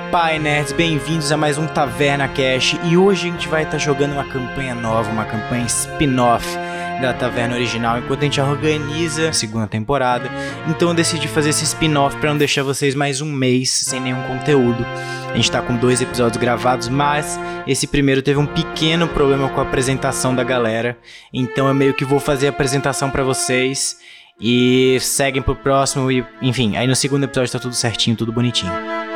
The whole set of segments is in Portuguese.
Opa, nerds, bem-vindos a mais um Taverna Cash. E hoje a gente vai estar jogando uma campanha nova, uma campanha spin-off da Taverna original, enquanto a gente organiza a segunda temporada. Então eu decidi fazer esse spin-off para não deixar vocês mais um mês sem nenhum conteúdo. A gente tá com 2 episódios gravados, mas esse primeiro teve um pequeno problema com a apresentação da galera. Então eu meio que vou fazer a apresentação para vocês e seguem pro próximo e, enfim, aí no segundo episódio tá tudo certinho, tudo bonitinho.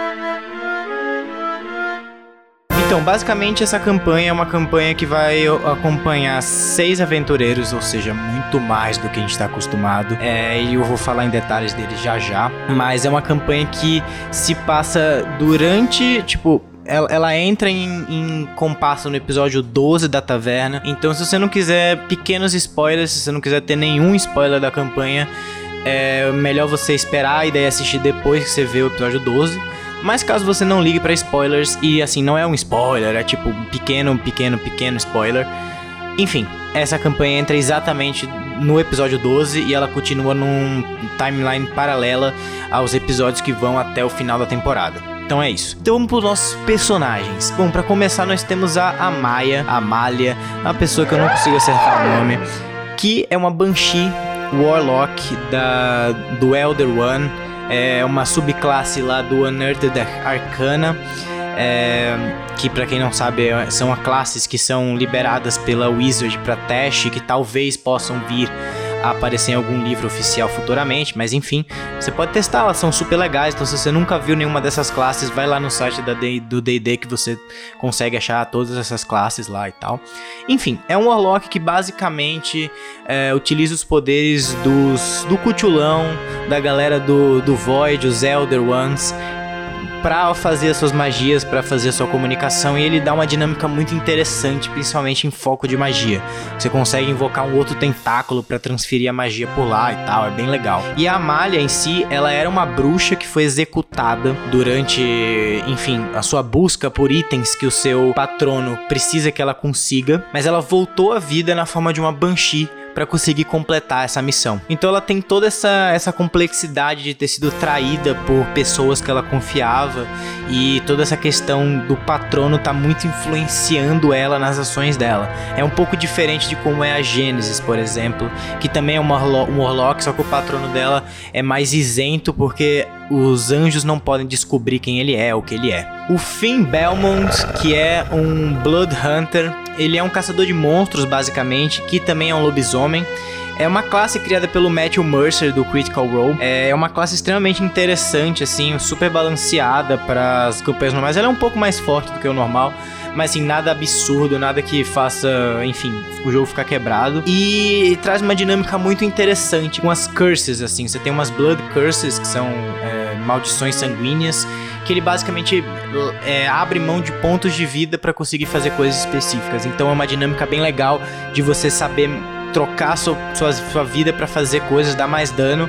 Então, basicamente essa campanha é uma campanha que vai acompanhar 6 aventureiros, ou seja, muito mais do que a gente está acostumado. E eu vou falar em detalhes deles já já. Mas é uma campanha que se passa durante, ela entra em compasso no episódio 12 da Taverna. Então, se você não quiser pequenos spoilers, se você não quiser ter nenhum spoiler da campanha, é melhor você esperar e daí assistir depois que você vê o episódio 12. Mas caso você não ligue pra spoilers, e assim, não é um spoiler, é tipo um pequeno spoiler. Enfim, essa campanha entra exatamente no episódio 12 e ela continua num timeline paralela aos episódios que vão até o final da temporada. Então é isso. Então vamos pros nossos personagens. Bom, pra começar nós temos a Amália, uma pessoa que eu não consigo acertar o nome, que é uma Banshee Warlock do Elder One. É uma subclasse lá do Unearthed Arcana, que pra quem não sabe são classes que são liberadas pela Wizard pra teste, que talvez possam vir a aparecer em algum livro oficial futuramente, mas enfim, você pode testar, elas são super legais. Então se você nunca viu nenhuma dessas classes, vai lá no site do D&D que você consegue achar todas essas classes lá e tal. Enfim, é um Warlock que basicamente utiliza os poderes do Cthulhão, da galera do Void, os Elder Ones, pra fazer as suas magias, pra fazer a sua comunicação, e ele dá uma dinâmica muito interessante, principalmente em foco de magia. Você consegue invocar um outro tentáculo pra transferir a magia por lá e tal, é bem legal. E a Amália em si, ela era uma bruxa que foi executada durante, enfim, a sua busca por itens que o seu patrono precisa que ela consiga, mas ela voltou à vida na forma de uma Banshee para conseguir completar essa missão. Então ela tem toda essa complexidade de ter sido traída por pessoas que ela confiava, e toda essa questão do patrono tá muito influenciando ela nas ações dela. É um pouco diferente de como é a Gênesis, por exemplo, que também é um Warlock, só que o patrono dela é mais isento porque os anjos não podem descobrir quem ele é, o que ele é. O Finn Belmont, que é um Blood Hunter, ele é um caçador de monstros, basicamente, que também é um lobisomem. É uma classe criada pelo Matthew Mercer, do Critical Role. É uma classe extremamente interessante, assim, super balanceada para as campanhas normais. Ela é um pouco mais forte do que o normal, mas assim, nada absurdo, nada que faça, enfim, o jogo ficar quebrado. E traz uma dinâmica muito interessante com as curses, assim. Você tem umas Blood Curses, que são maldições sanguíneas, que ele basicamente abre mão de pontos de vida para conseguir fazer coisas específicas. Então é uma dinâmica bem legal de você saber trocar sua vida para fazer coisas, dar mais dano,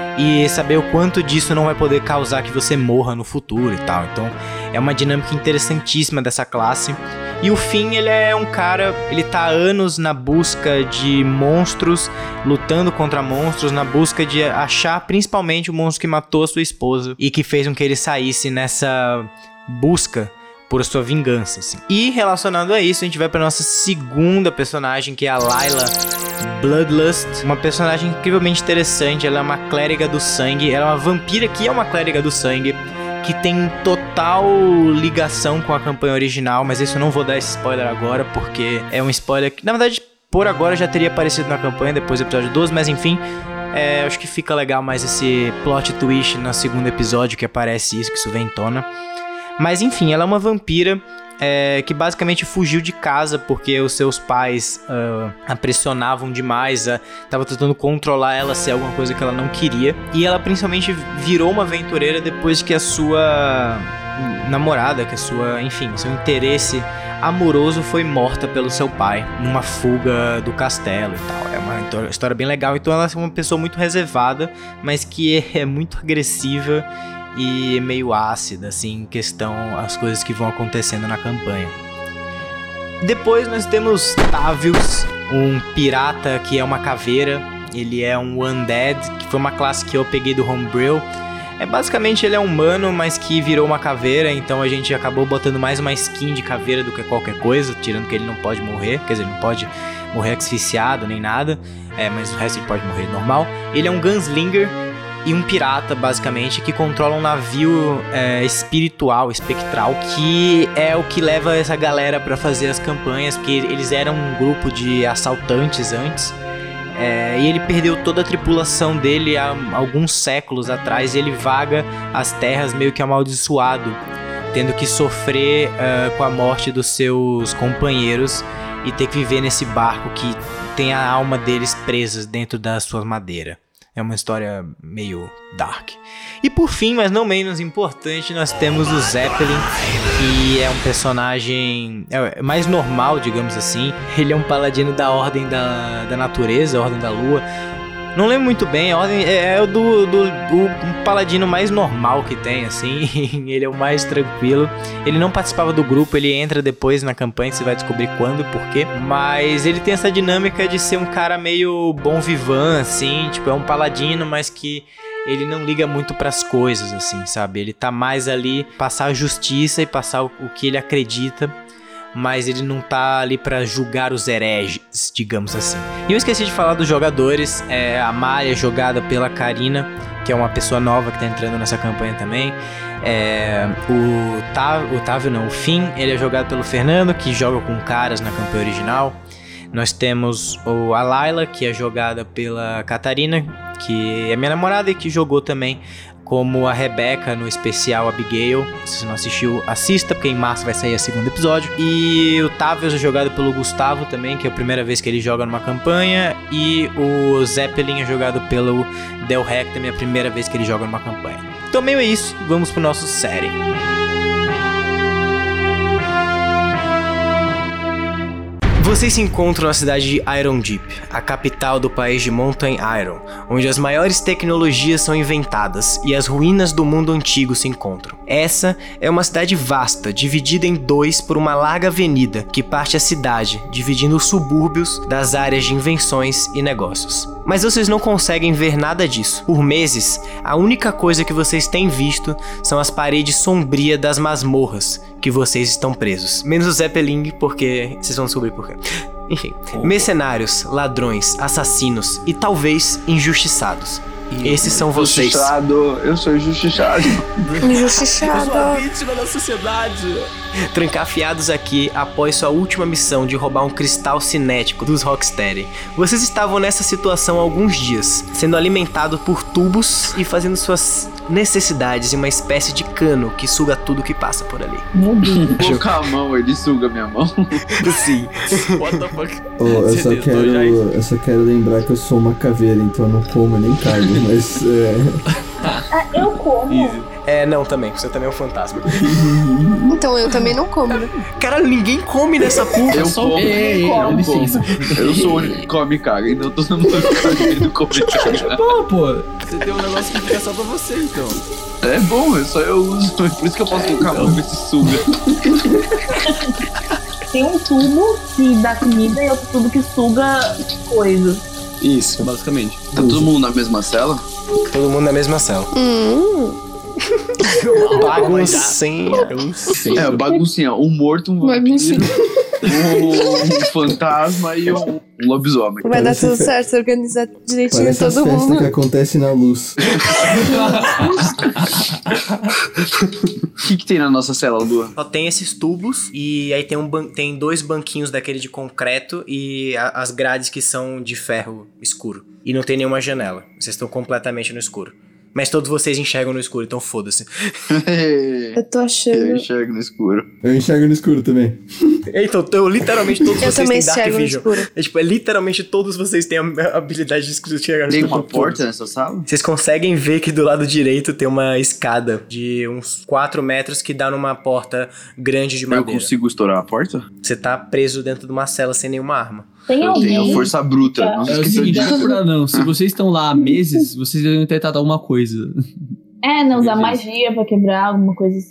e saber o quanto disso não vai poder causar que você morra no futuro e tal. Então é uma dinâmica interessantíssima dessa classe. E o Finn, ele é um cara, ele tá há anos na busca de monstros, lutando contra monstros, na busca de achar principalmente o monstro que matou a sua esposa e que fez com que ele saísse nessa busca por sua vingança, assim. E relacionado a isso, a gente vai pra nossa segunda personagem, que é a Layla Bloodlust, uma personagem incrivelmente interessante. Ela é uma clériga do sangue, ela é uma vampira que é uma clériga do sangue, que tem total ligação com a campanha original, mas isso eu não vou dar esse spoiler agora, porque é um spoiler que, na verdade, por agora já teria aparecido na campanha, depois do episódio 12, mas enfim, acho que fica legal mais esse plot twist no segundo episódio que aparece isso, que isso vem em tona. Mas enfim, ela é uma vampira que basicamente fugiu de casa porque os seus pais a pressionavam demais, estavam tentando controlar ela, ser alguma coisa que ela não queria. E ela principalmente virou uma aventureira depois que a sua namorada, que seu interesse amoroso foi morta pelo seu pai numa fuga do castelo e tal. É uma história bem legal. Então ela é uma pessoa muito reservada, mas que é muito agressiva e meio ácida, assim, em questão as coisas que vão acontecendo na campanha. Depois nós temos Tavius, um pirata que é uma caveira. Ele é um Undead, que foi uma classe que eu peguei do Homebrew. Basicamente ele é humano, mas que virou uma caveira, então a gente acabou botando mais uma skin de caveira do que qualquer coisa, tirando que ele não pode morrer, quer dizer, não pode morrer asfixiado nem nada, mas o resto ele pode morrer normal. Ele é um gunslinger e um pirata, basicamente, que controla um navio espiritual, espectral, que é o que leva essa galera pra fazer as campanhas, porque eles eram um grupo de assaltantes antes, e ele perdeu toda a tripulação dele há alguns séculos atrás, e ele vaga as terras meio que amaldiçoado, tendo que sofrer com a morte dos seus companheiros e ter que viver nesse barco que tem a alma deles presas dentro da sua madeira. É uma história meio dark. E por fim, mas não menos importante, nós temos o Zeppelin, que é um personagem mais normal, digamos assim. Ele é um paladino da Ordem da Natureza, Ordem da Lua. Não lembro muito bem, a Ordem é o paladino mais normal que tem, assim. Ele é o mais tranquilo. Ele não participava do grupo, ele entra depois na campanha, você vai descobrir quando e porquê. Mas ele tem essa dinâmica de ser um cara meio bom vivant, assim. Tipo, é um paladino, mas que ele não liga muito pras coisas, assim, sabe? Ele tá mais ali passar a justiça e passar o que ele acredita, mas ele não tá ali pra julgar os hereges, digamos assim. E eu esqueci de falar dos jogadores. A Maia, jogada pela Karina, que é uma pessoa nova que tá entrando nessa campanha também. O Finn, ele é jogado pelo Fernando, que joga com caras na campanha original. Nós temos a Layla, que é jogada pela Catarina, que é minha namorada e que jogou também como a Rebecca no especial Abigail. Se você não assistiu, assista, porque em março vai sair o segundo episódio. E o Tavius é jogado pelo Gustavo também, que é a primeira vez que ele joga numa campanha. E o Zeppelin é jogado pelo Del Rey, que também é a primeira vez que ele joga numa campanha. Então meio é isso, vamos pro nosso série. Vocês se encontram na cidade de Iron Deep, a capital do país de Mountain Iron, onde as maiores tecnologias são inventadas e as ruínas do mundo antigo se encontram. Essa é uma cidade vasta, dividida em dois por uma larga avenida que parte a cidade, dividindo os subúrbios das áreas de invenções e negócios. Mas vocês não conseguem ver nada disso. Por meses, a única coisa que vocês têm visto são as paredes sombrias das masmorras que vocês estão presos. Menos o Zeppelin, porque vocês vão descobrir por quê. Enfim, mercenários, ladrões, assassinos e talvez injustiçados. Esses são vocês. Eu sou injustiçado. Injustiçado. Eu sou a vítima da sociedade. Trancafiados aqui após sua última missão de roubar um cristal cinético dos Rocksteady. Vocês estavam nessa situação há alguns dias, sendo alimentados por tubos e fazendo suas necessidades em uma espécie de cano que suga tudo que passa por ali. Meu Deus. Colocar a mão, ele suga minha mão. Sim. What the fuck? Eu só quero lembrar que eu sou uma caveira, então eu não como nem carne, mas Eu como. Não, também. Você também é um fantasma. Então eu também não como, né? Caralho, ninguém come nessa porra. Eu como. Eu sou o único que come caga, então todo mundo não come caga. Pô, você tem um negócio que fica só pra você, então. É bom, só eu uso. Por isso que eu posso colocar a mão e ver se suga. Tem um tubo que dá comida e outro tubo que suga coisas. Isso, basicamente. Tá todo mundo na mesma cela? Todo mundo na mesma cela. Baguncinha. Baguncinha. Um morto, um vampiro, um fantasma e um lobisomem. Vai dar tudo certo se organizar direitinho parece todo as festas mundo. que acontecem na luz. O que tem na nossa cela, Lua? Só tem esses tubos e aí tem dois banquinhos daquele de concreto e as grades que são de ferro escuro. E não tem nenhuma janela. Vocês estão completamente no escuro. Mas todos vocês enxergam no escuro, então foda-se. Eu tô achando. Eu enxergo no escuro. Eu enxergo no escuro também. Então, literalmente todos vocês também têm Dark enxergo no Vision. escuro. Literalmente todos vocês têm a habilidade de enxergar no Tem escuro. uma porta nessa sala? Vocês conseguem ver que do lado direito tem uma escada de uns 4 metros que dá numa porta grande de Eu madeira. consigo estourar a porta? Você tá preso dentro de uma cela sem nenhuma arma. Tem Eu alguém? tenho força bruta. Não se É o esqueça seguinte, disso. não. Se vocês estão lá há meses, vocês devem ter tentado alguma coisa. Não usar magia pra quebrar, alguma coisa assim.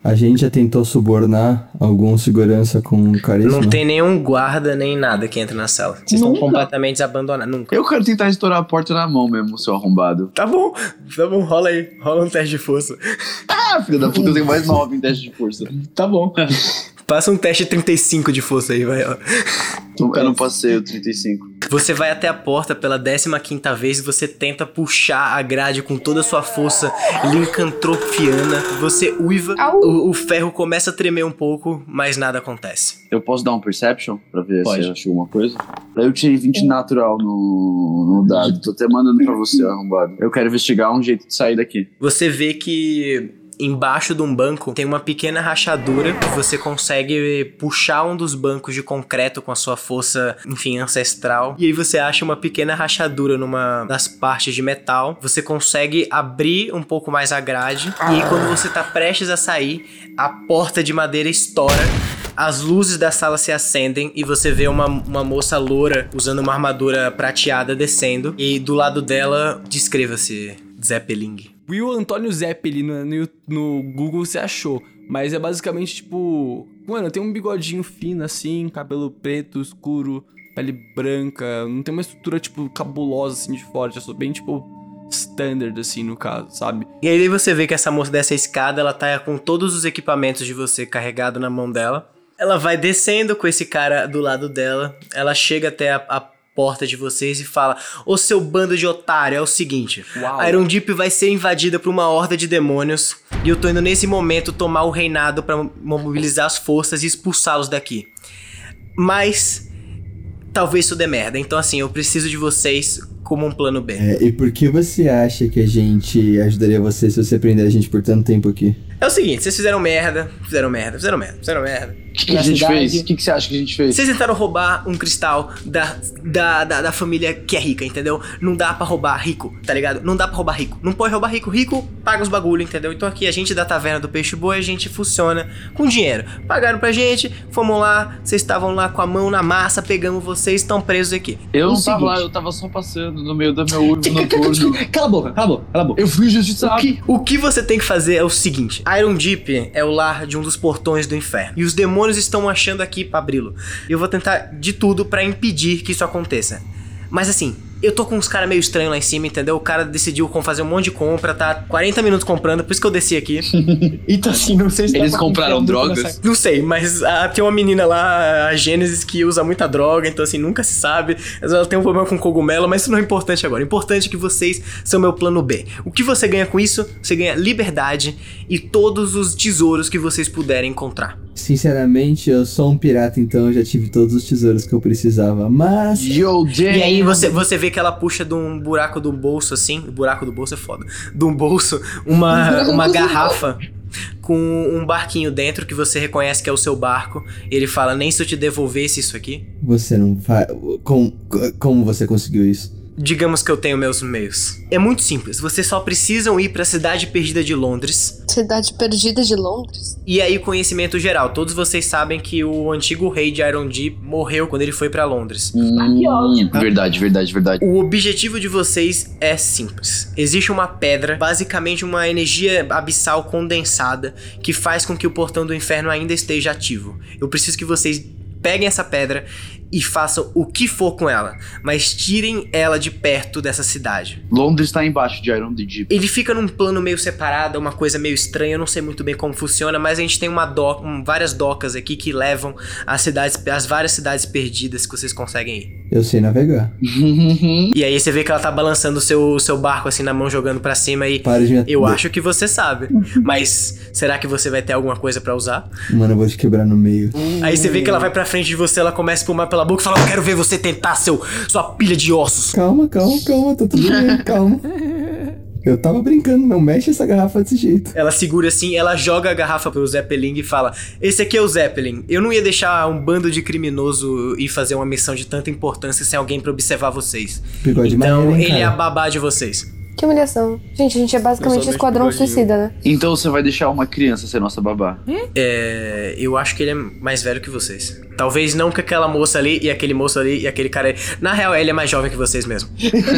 A gente já tentou subornar algum segurança com carisma? Não tem nenhum guarda nem nada que entra na sala. Vocês estão completamente abandonados. Nunca. Eu quero tentar estourar a porta na mão mesmo, seu arrombado. Tá bom, rola aí. Rola um teste de força. Ah, filho da puta, eu tenho mais 9 em teste de força. Tá bom. Passa um teste 35 de força aí, vai, ó. Eu não passei o 35. Você vai até a porta pela 15ª vez e você tenta puxar a grade com toda a sua força lincantropiana. Você uiva, o ferro começa a tremer um pouco, mas nada acontece. Eu posso dar um perception pra ver se eu achou alguma coisa? Eu tirei 20 natural no dado. Tô até mandando pra você, arrombado. Eu quero investigar um jeito de sair daqui. Você vê que embaixo de um banco tem uma pequena rachadura. Você consegue puxar um dos bancos de concreto com a sua força, enfim, ancestral. E aí você acha uma pequena rachadura numa das partes de metal. Você consegue abrir um pouco mais a grade. E aí, quando você tá prestes a sair, a porta de madeira estoura. As luzes da sala se acendem e você vê uma moça loura usando uma armadura prateada descendo. E do lado dela, descreva-se, Zeppelin. Will Antônio Zeppelin no Google você achou. Mas é basicamente tipo... Mano, tem um bigodinho fino assim, cabelo preto, escuro, pele branca. Não tem uma estrutura tipo cabulosa assim de forte. Eu sou bem tipo standard assim no caso, sabe? E aí você vê que essa moça dessa escada, ela tá com todos os equipamentos de você carregado na mão dela. Ela vai descendo com esse cara do lado dela. Ela chega até a porta de vocês e fala: ô seu bando de otário, é o seguinte, a Iron Deep vai ser invadida por uma horda de demônios e eu tô indo nesse momento tomar o reinado pra mobilizar as forças e expulsá-los daqui. Mas talvez isso dê merda, então assim, eu preciso de vocês como um plano B. E por que você acha que a gente ajudaria você se você prender a gente por tanto tempo aqui? É o seguinte, vocês fizeram merda. O que a gente fez? O que você acha que a gente fez? Vocês tentaram roubar um cristal da família que é rica, entendeu? Não dá pra roubar rico, tá ligado? Não dá pra roubar rico. Não pode roubar rico. Rico paga os bagulho, entendeu? Então aqui a gente da Taverna do Peixe Boi, a gente funciona com dinheiro. Pagaram pra gente, fomos lá, vocês estavam lá com a mão na massa, pegamos vocês, estão presos aqui. Eu não tava lá, eu tava só passando no meio do meu urso noturno. Cala a boca. Eu fui injustiçado. O que você tem que fazer é o seguinte: Iron Deep é o lar de um dos portões do inferno. E os demônios estão achando aqui pra abri-lo. E eu vou tentar de tudo pra impedir que isso aconteça. Mas assim, eu tô com uns caras meio estranhos lá em cima, entendeu? O cara decidiu fazer um monte de compra, tá 40 minutos comprando, por isso que eu desci aqui. Então assim, não sei se eles compraram drogas? Não sei, mas tem uma menina lá, a Gênesis, que usa muita droga, então assim, nunca se sabe. Ela tem um problema com cogumelo, mas isso não é importante agora. O importante é que vocês são meu plano B. O que você ganha com isso? Você ganha liberdade e todos os tesouros que vocês puderem encontrar. Sinceramente, eu sou um pirata, então eu já tive todos os tesouros que eu precisava, mas... E aí você vê que ela puxa de um buraco do bolso, assim, o buraco do bolso é foda, de um bolso, uma garrafa com um barquinho dentro que você reconhece que é o seu barco. Ele fala: nem se eu te devolvesse isso aqui. Você não vai... Como você conseguiu isso? Digamos que eu tenho meus meios. É muito simples, vocês só precisam ir pra Cidade Perdida de Londres. Cidade Perdida de Londres? E aí, conhecimento geral, todos vocês sabem que o antigo rei de Iron Deep morreu quando ele foi pra Londres. Que ótimo. Verdade. O objetivo de vocês é simples. Existe uma pedra, basicamente uma energia abissal condensada, que faz com que o portão do inferno ainda esteja ativo. Eu preciso que vocês peguem essa pedra e façam o que for com ela, mas tirem ela de perto dessa cidade. Londres tá embaixo de Iron Deep. Ele fica num plano meio separado, uma coisa meio estranha, eu não sei muito bem como funciona, mas a gente tem várias docas aqui que levam as várias cidades perdidas que vocês conseguem ir. Eu sei navegar. E aí você vê que ela tá balançando o seu barco assim na mão, jogando pra cima e... Eu acho que você sabe, mas será que você vai ter alguma coisa pra usar? Mano, eu vou te quebrar no meio. Aí você vê que ela vai pra frente de você, ela começa a espumar pela boca e fala: eu quero ver você tentar sua pilha de ossos. Calma, tá tudo bem, calma. Eu tava brincando, não mexe essa garrafa desse jeito. Ela segura assim, ela joga a garrafa pro Zeppelin e fala: esse aqui é o Zeppelin. Eu não ia deixar um bando de criminoso ir fazer uma missão de tanta importância sem alguém pra observar vocês. Bigode então maneiro, hein, ele cara? é a babá de vocês. Que humilhação. Gente, a gente é basicamente esquadrão suicida, né? Então você vai deixar uma criança ser nossa babá? Eu acho que ele é mais velho que vocês. Talvez não que aquela moça ali, e aquele moço ali, e aquele cara ali. Na real, ele é mais jovem que vocês mesmo.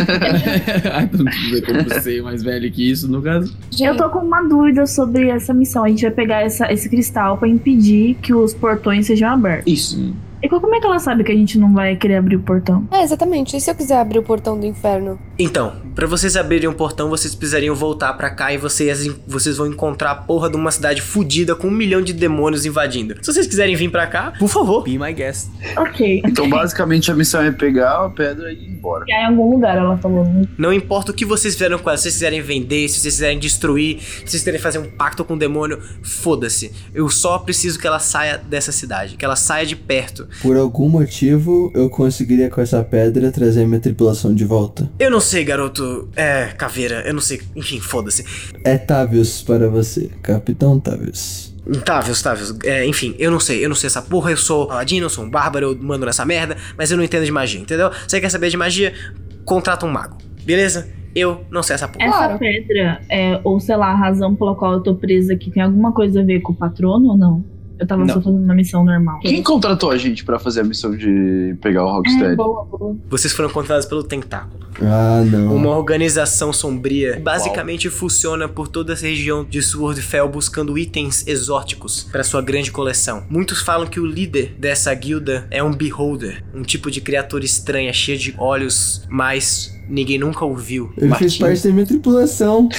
Então você é mais velho que isso, no caso? Eu tô com uma dúvida sobre essa missão. A gente vai pegar esse cristal pra impedir que os portões sejam abertos. Isso. E como é que ela sabe que a gente não vai querer abrir o portão? Exatamente. E se eu quiser abrir o portão do inferno? Então, pra vocês abrirem um portão, vocês precisariam voltar pra cá e vocês vão encontrar a porra de uma cidade fodida com 1 milhão de demônios invadindo. Se vocês quiserem vir pra cá, por favor. Be my guest. Ok. Então basicamente a missão é pegar a pedra e ir embora. E aí, em algum lugar, ela falou. Não importa o que vocês fizeram com ela, se vocês quiserem vender, se vocês quiserem destruir, se vocês quiserem fazer um pacto com o demônio, foda-se. Eu só preciso que ela saia dessa cidade, que ela saia de perto. Por algum motivo, eu conseguiria com essa pedra trazer minha tripulação de volta. Eu não sei, garoto. Caveira, eu não sei. Enfim, foda-se. É Tavius para você, Capitão Tavius. Tavius. Enfim, eu não sei essa porra, eu sou paladino, eu sou um bárbaro, eu mando nessa merda, mas eu não entendo de magia, entendeu? Você quer saber de magia? Contrata um mago, beleza? Eu não sei essa porra. Essa pedra, ou sei lá, a razão pela qual eu tô presa aqui, tem alguma coisa a ver com o patrono ou não? Eu tava só fazendo uma missão normal. Quem contratou a gente pra fazer a missão de pegar o Rocksteady? Boa. Vocês foram contratados pelo Tentáculo. Ah, não. Uma organização sombria. Basicamente funciona por toda essa região de Swordfell buscando itens exóticos para sua grande coleção. Muitos falam que o líder dessa guilda é um Beholder, um tipo de criatura estranha, cheia de olhos, mas ninguém nunca ouviu. Ele fez parte da minha tripulação.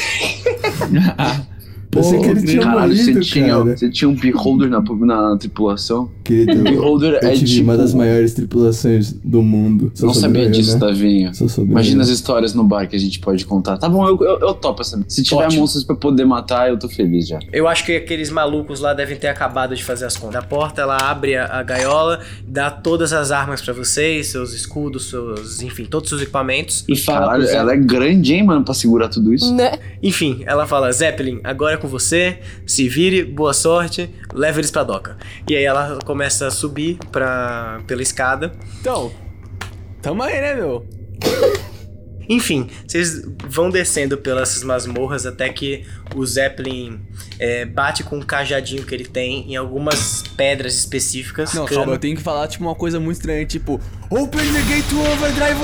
Eu sei que ele tinha morrido, cara. Você tinha um Beholder na tripulação? Querido, Beholder eu tive tipo uma das maiores tripulações do mundo. Não sabia disso, né? Tavinho. Imagina as histórias no bar que a gente pode contar. Tá bom, eu topo essa. Se tiver monstros pra poder matar, eu tô feliz já. Eu acho que aqueles malucos lá devem ter acabado de fazer as contas. A porta, ela abre a gaiola, dá todas as armas pra vocês, seus escudos, enfim, todos os seus equipamentos. E fala, caralho, ela é grande, hein, mano, pra segurar tudo isso. Né? Enfim, ela fala, Zeppelin, agora é com você, se vire, boa sorte, leve eles pra doca. E aí ela começa a subir pela escada. Então, tamo aí, né, meu? Enfim, vocês vão descendo pelas masmorras até que o Zeppelin bate com um cajadinho que ele tem em algumas pedras específicas. Não, calma, eu tenho que falar tipo uma coisa muito estranha, tipo Open the gate to overdrive!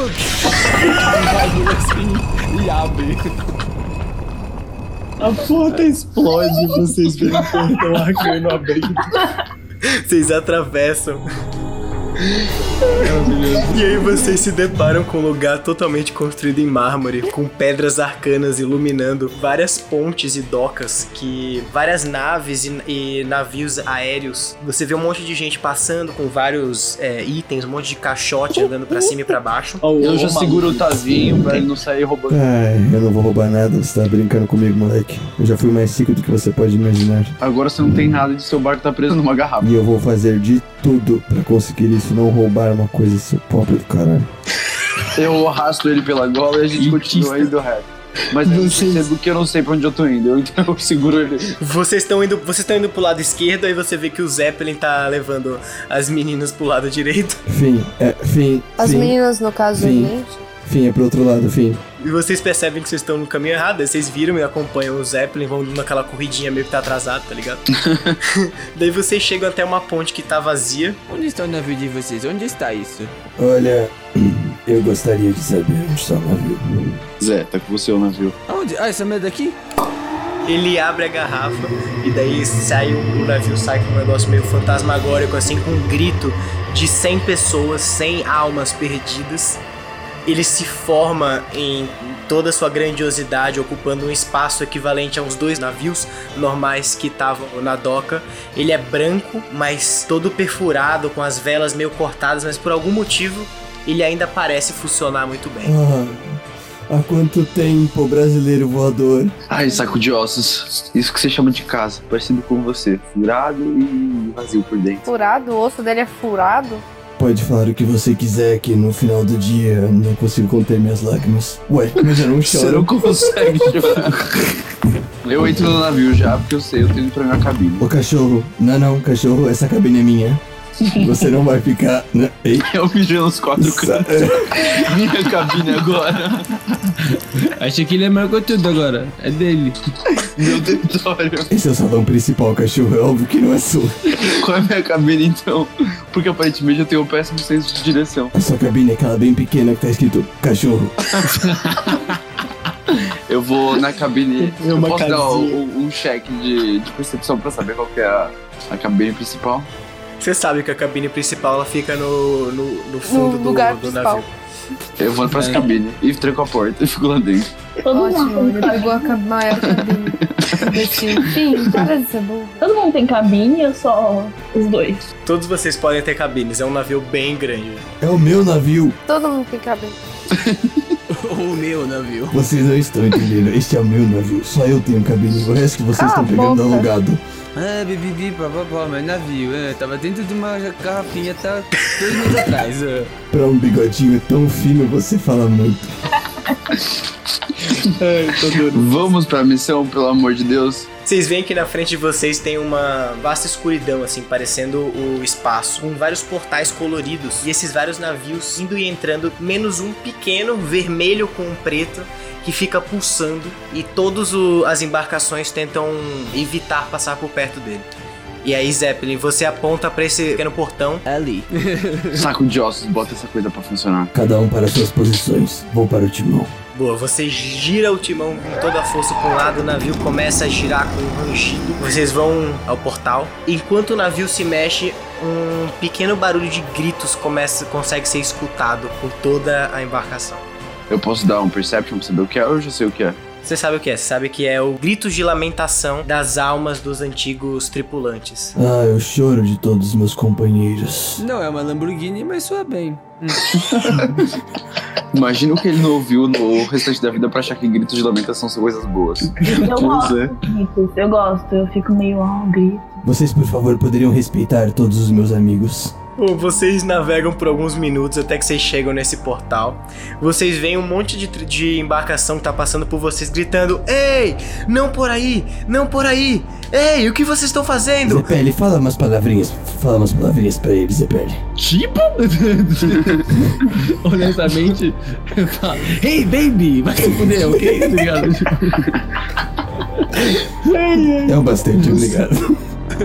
Assim, e abre. A porta explode, vocês veem o portão arcano abrindo. Vocês atravessam. E aí vocês se deparam com um lugar totalmente construído em mármore, com pedras arcanas iluminando várias pontes e docas, várias naves e navios aéreos. Você vê um monte de gente passando com vários itens, um monte de caixote andando pra cima e pra baixo. Eu já seguro o Tavinho pra ele não sair roubando. Eu não vou roubar nada, você tá brincando comigo, moleque. Eu já fui mais rico do que você pode imaginar. Agora você não tem nada de seu barco tá preso numa garrafa. E eu vou fazer de tudo pra conseguir isso, não roubar uma coisa, seu pobre do caralho. Eu arrasto ele pela gola e a gente continua indo reto. Mas eu percebo que eu não sei pra onde eu tô indo, então eu seguro ele. Vocês estão indo pro lado esquerdo, aí você vê que o Zeppelin tá levando as meninas pro lado direito. Fim. As meninas, no caso, gente. Fim, é pro outro lado, fim. E vocês percebem que vocês estão no caminho errado, aí vocês viram e acompanham o Zeppelin, vão naquela corridinha meio que tá atrasado, tá ligado? Daí vocês chegam até uma ponte que tá vazia. Onde está o navio de vocês? Onde está isso? Olha, eu gostaria de saber onde está o navio. Zé, tá com você o navio. Aonde? Ah, essa merda aqui? Ele abre a garrafa e daí o navio sai com um negócio meio fantasmagórico, assim, com um grito de 100 pessoas, 100 almas perdidas. Ele se forma em toda a sua grandiosidade, ocupando um espaço equivalente a uns 2 navios normais que estavam na doca. Ele é branco, mas todo perfurado, com as velas meio cortadas, mas por algum motivo ele ainda parece funcionar muito bem. Há quanto tempo, brasileiro voador? Ai, saco de ossos. Isso que você chama de casa, parecido com você. Furado e vazio por dentro. Furado? O osso dele é furado? Pode falar o que você quiser, que no final do dia eu não consigo conter minhas lágrimas. Ué, mas eu não choro. Você não consegue chorar. Eu entro no navio já, porque eu sei, eu tenho que entrar na cabine. Ô cachorro, não, cachorro, essa cabine é minha. Você não vai ficar... Né? Ei. Eu mijando os 4 cantos. Minha cabine agora. Acho que ele marcou tudo agora. É dele. Meu território. Esse é o salão principal, cachorro. É óbvio que não é sua. Qual é a minha cabine, então? Porque aparentemente eu tenho um péssimo senso de direção. A sua cabine é aquela bem pequena que tá escrito cachorro. Eu vou na cabine. É Eu uma posso dar casinha. um check de percepção pra saber qual que é a cabine principal? Você sabe que a cabine principal ela fica no fundo No lugar do principal. navio. Eu vou pra essa cabine e tranco a porta e fico lá dentro. Todo Ótimo, mundo ele tem pegou a maior cabine. Enfim, para de ser bom. Todo mundo tem cabine ou só os dois? Todos vocês podem ter cabines, é um navio bem grande. É o meu navio. Todo mundo tem cabine. O meu navio. Vocês não estão entendendo. Este é o meu navio. Só eu tenho cabine. O resto que vocês Cala estão a pegando boca. alugado. Ah, bibibi, papapá, mas navio. Tava dentro de uma garrafinha, tá 2 minutos atrás. Pra um bigodinho tão fino, você fala muito. Vamos pra missão, pelo amor de Deus. Vocês veem que na frente de vocês tem uma vasta escuridão, assim, parecendo o espaço, com vários portais coloridos. E esses vários navios indo e entrando, menos um pequeno, vermelho com um preto, que fica pulsando. E todas as embarcações tentam evitar passar por perto dele. E aí, Zeppelin, você aponta pra esse pequeno portão. Ali. Saco de ossos, bota essa coisa pra funcionar. Cada um para suas posições. Vou para o timão. Boa, você gira o timão com toda a força para um lado, o navio começa a girar com um rangido. Vocês vão ao portal. Enquanto o navio se mexe, um pequeno barulho de gritos consegue ser escutado por toda a embarcação. Eu posso dar um perception pra saber o que é ou eu já sei o que é? Você sabe o que é? Você sabe que é o gritos de lamentação das almas dos antigos tripulantes. Ah, eu choro de todos os meus companheiros. Não é uma Lamborghini, mas soa bem. Imagina o que ele não ouviu no restante da vida pra achar que gritos de lamentação são coisas boas. Eu gosto de gritos, eu gosto, eu fico meio, grito. Vocês, por favor, poderiam respeitar todos os meus amigos. Vocês navegam por alguns minutos até que vocês chegam nesse portal. Vocês veem um monte de embarcação que tá passando por vocês gritando: "Ei, não por aí, não por aí! Ei, o que vocês estão fazendo?" Zepele, fala umas palavrinhas pra eles, Zepele. Tipo? Honestamente, eu falo, hey baby, vai se fuder, ok? Obrigado. É um bastante, obrigado.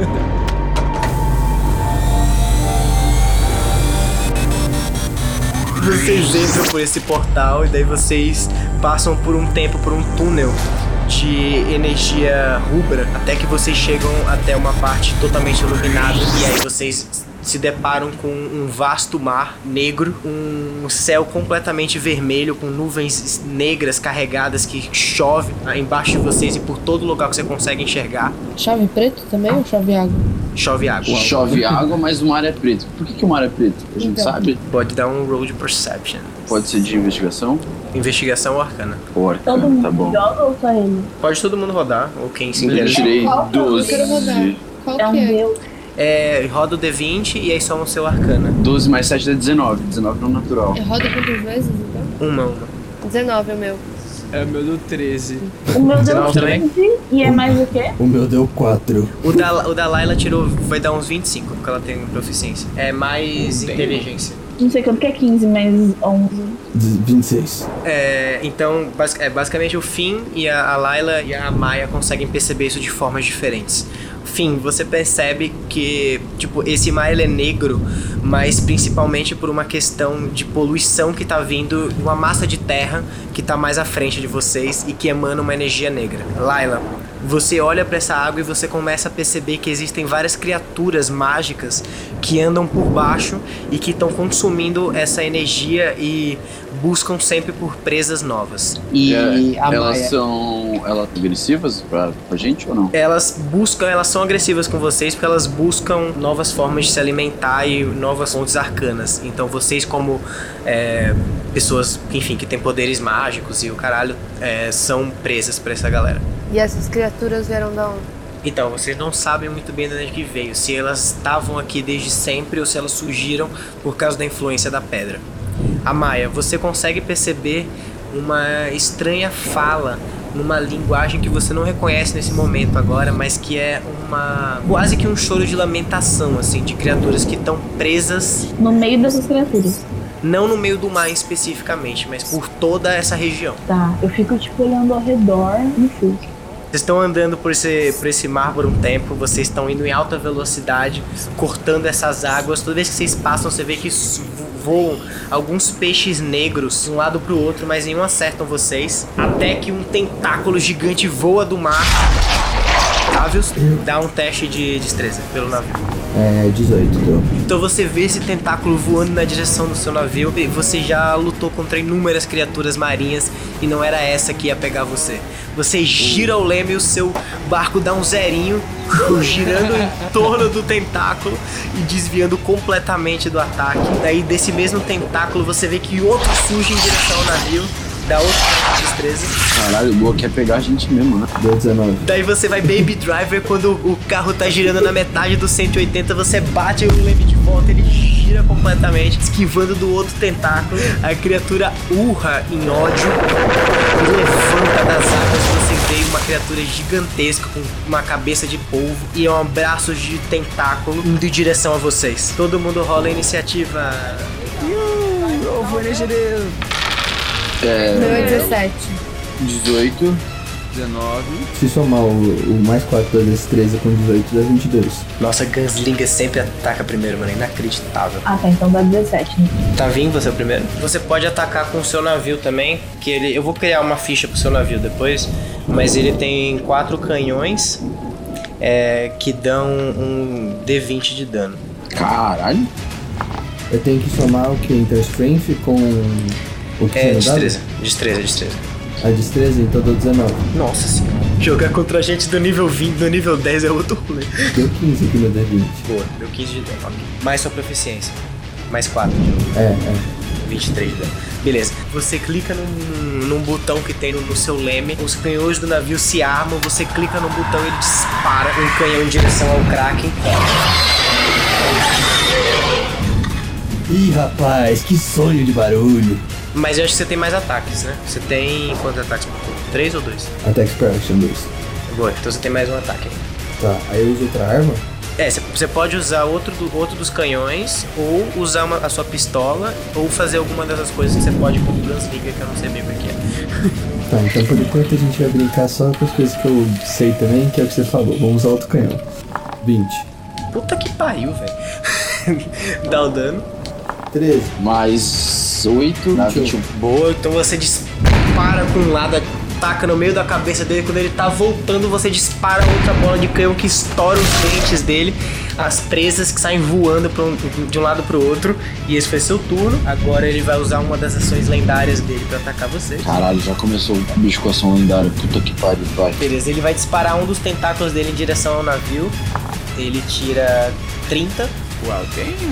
Vocês entram por esse portal e daí vocês passam por um tempo, por um túnel de energia rubra, até que vocês chegam até uma parte totalmente iluminada e aí vocês se deparam com um vasto mar negro, um céu completamente vermelho com nuvens negras carregadas que chove embaixo de vocês e por todo lugar que você consegue enxergar. Chove preto também ou chove água? Chove água. Chove água, mas o mar é preto. Por que o mar é preto? A gente Então. sabe? Pode dar um roll de perception. Pode ser de investigação? Investigação ou arcana. Ou Todo arcana, mundo tá bom. joga ou só ele? Pode todo mundo rodar, ou quem se Eu interessa. tirei Qual que eu 12. quero rodar? Qual É um que é? deus. Roda o D20 e aí soma o seu arcana. 12 mais 7 dá 19. 19 não natural. É roda quantas vezes, então? Uma. 19 é o meu. É o meu do 13. O meu deu 19 também? 15 e é mais o quê? O meu deu 4. O da Layla tirou, vai dar uns 25, porque ela tem proficiência. É mais inteligência. Não sei quanto que é 15, mas 11. 26. Então, basicamente o Finn e a Layla e a Maya conseguem perceber isso de formas diferentes. Finn, você percebe que, tipo, esse mar ele é negro, mas principalmente por uma questão de poluição que tá vindo de uma massa de terra que tá mais à frente de vocês e que emana uma energia negra. Layla, você olha pra essa água e você começa a perceber que existem várias criaturas mágicas que andam por baixo e que estão consumindo essa energia e buscam sempre por presas novas. E a elas Maia? são agressivas pra gente ou não? Elas são agressivas com vocês porque elas buscam novas formas de se alimentar e novas fontes arcanas. Então vocês como pessoas, enfim, que têm poderes mágicos e o caralho, são presas pra essa galera. E essas criaturas vieram da onde? Então, vocês não sabem muito bem de onde que veio, se elas estavam aqui desde sempre ou se elas surgiram por causa da influência da pedra. A Maia, você consegue perceber uma estranha fala numa linguagem que você não reconhece nesse momento agora, mas que é quase que um choro de lamentação, assim, de criaturas que estão presas no meio dessas criaturas. Não no meio do mar especificamente, mas por toda essa região. Tá, eu fico tipo olhando ao redor no fio. Vocês estão andando por esse mar por um tempo, vocês estão indo em alta velocidade, cortando essas águas. Toda vez que vocês passam, você vê que voam alguns peixes negros de um lado pro outro, mas nenhum acertam vocês. Até que um tentáculo gigante voa do mar. Távios, dá um teste de destreza pelo navio. 18, então. Então você vê esse tentáculo voando na direção do seu navio. E você já lutou contra inúmeras criaturas marinhas e não era essa que ia pegar você. Você gira o leme e o seu barco dá um zerinho, girando em torno do tentáculo e desviando completamente do ataque. Daí desse mesmo tentáculo você vê que outro surge em direção ao navio. Dá outro teste de destreza. Caralho, o Boa quer pegar a gente mesmo, né? Deu 19. Daí você vai Baby Driver, quando o carro tá girando na metade do 180, você bate o leme de volta, ele gira completamente, esquivando do outro tentáculo. A criatura urra em ódio, levanta das águas, você vê uma criatura gigantesca com uma cabeça de polvo e um braço de tentáculo indo em direção a vocês. Todo mundo rola a iniciativa. Eu vou iniciativa. Meu é 17. 18. 19. Se somar o mais 4 da destreza com 18, dá 22. Nossa, Gunslinger sempre ataca primeiro, mano. Inacreditável. Ah, tá. Então dá 17, né? Tá vindo você primeiro? Você pode atacar com o seu navio também, que eu vou criar uma ficha pro seu navio depois, mas ele tem 4 canhões que dão um D20 de dano. Caralho. Eu tenho que somar o que? Então, Strength com o que tinha Destreza. dado? Destreza. A destreza, então deu 19. Nossa senhora. Jogar contra gente do nível 20, do nível 10 é outro rolê. Deu 15 aqui no D20. Boa, deu 15 de dano. Ok. Mais sua proficiência. Mais 4 de novo. 23 de dano. Beleza. Você clica num botão que tem no seu leme. Os canhões do navio se armam. Você clica no botão e ele dispara um canhão em direção ao Kraken. Ih, rapaz, que sonho de barulho. Mas eu acho que você tem mais ataques, né? Você tem quantos ataques por turno? 3 ou 2? Attack per action 2. Boa, então você tem mais um ataque aí. Tá, aí eu uso outra arma? Você pode usar outro dos canhões, ou usar a sua pistola, ou fazer alguma dessas coisas que você pode com o Gunslinger, que eu não sei bem o que é. Tá, então por enquanto a gente vai brincar só com as coisas que eu sei também, que é o que você falou. Vamos usar outro canhão. 20. Puta que pariu, velho. Dá o dano. 13. Mais 8. Dá 21. Boa, então você dispara com um lado, ataca no meio da cabeça dele. Quando ele tá voltando, você dispara outra bola de canhão que estoura os dentes dele, as presas que saem voando de um lado pro outro. E esse foi seu turno. Agora ele vai usar uma das ações lendárias dele pra atacar você. Caralho, já começou o bicho com ação lendária. Puta que pariu, vai. Beleza, ele vai disparar um dos tentáculos dele em direção ao navio. Ele tira 30. Uau,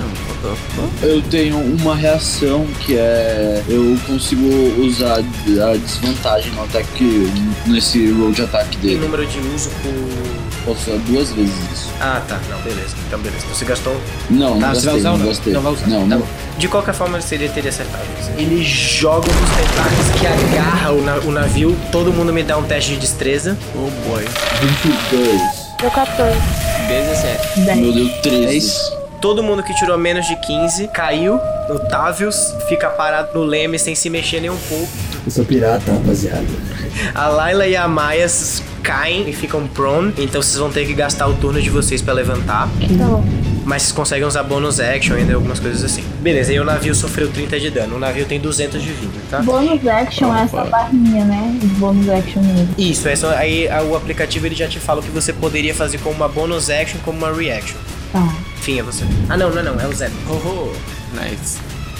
Eu tenho uma reação que é... Eu consigo usar a desvantagem no ataque, nesse roll de ataque Tem dele. número de uso por... Posso usar 2 vezes isso. Ah, tá. Não, beleza. Então, beleza. Então, você gastou um... Não, não Você vai gastei, usar ou não não? gastei. Não vai usar. Não, Tá não. bom. De qualquer forma, ele teria acertado. Ele joga um dos tentáculos que agarra o navio. Todo mundo me dá um teste de destreza. Oh boy. 22. Deu 14. 17. 10. Meu Deus, 13. Todo mundo que tirou menos de 15 caiu. O Távios fica parado no leme sem se mexer nem um pouco. Eu sou pirata, rapaziada. A Layla e a Maia caem e ficam prone. Então vocês vão ter que gastar o turno de vocês pra levantar. Tá bom. Mas vocês conseguem usar bonus action ainda, algumas coisas assim. Beleza, e o navio sofreu 30 de dano. O navio tem 200 de vida, tá? Bônus action é essa barrinha, né? Os bônus action mesmo. Isso, aí o aplicativo ele já te fala o que você poderia fazer como uma bonus action, como uma reaction. Tá. Enfim, é você. Ah, não, é o Zé. Oh, nice.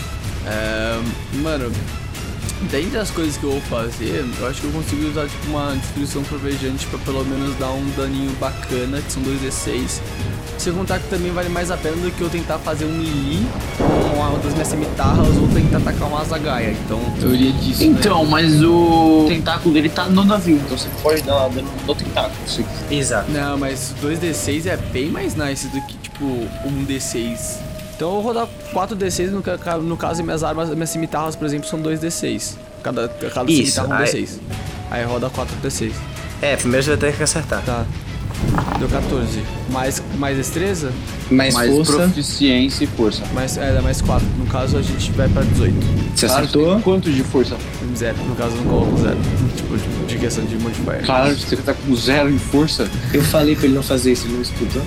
Mano, dentre as coisas que eu vou fazer, eu acho que eu consigo usar tipo uma destruição trovejante pra pelo menos dar um daninho bacana, que são 2d6. Sem contar que também vale mais a pena do que eu tentar fazer um melee com uma das minhas cimitarras ou tentar atacar uma zagaia. Então, teoria disso, Então, mas o tentáculo dele tá no navio, então você pode dar dano no tentáculo. Se quiser. Exato. Não, mas 2d6 é bem mais nice do que tipo 1d6. Então eu vou rodar 4d6, no caso minhas armas, minhas cimitarras, por exemplo, são 2d6. Cada Isso, cimitarra é um d6. Aí roda 4d6. Primeiro você vai ter que acertar. Tá. Deu 14. Mais destreza? Mais força. Proficiência e força. Dá mais 4. No caso, a gente vai pra 18. Você Claro, acertou? tem quanto de força? 0. No caso, eu não coloco 0. Tipo, de questão de modifier. Claro, você tá com 0 em força. Eu falei pra ele não fazer isso, ele não escutou.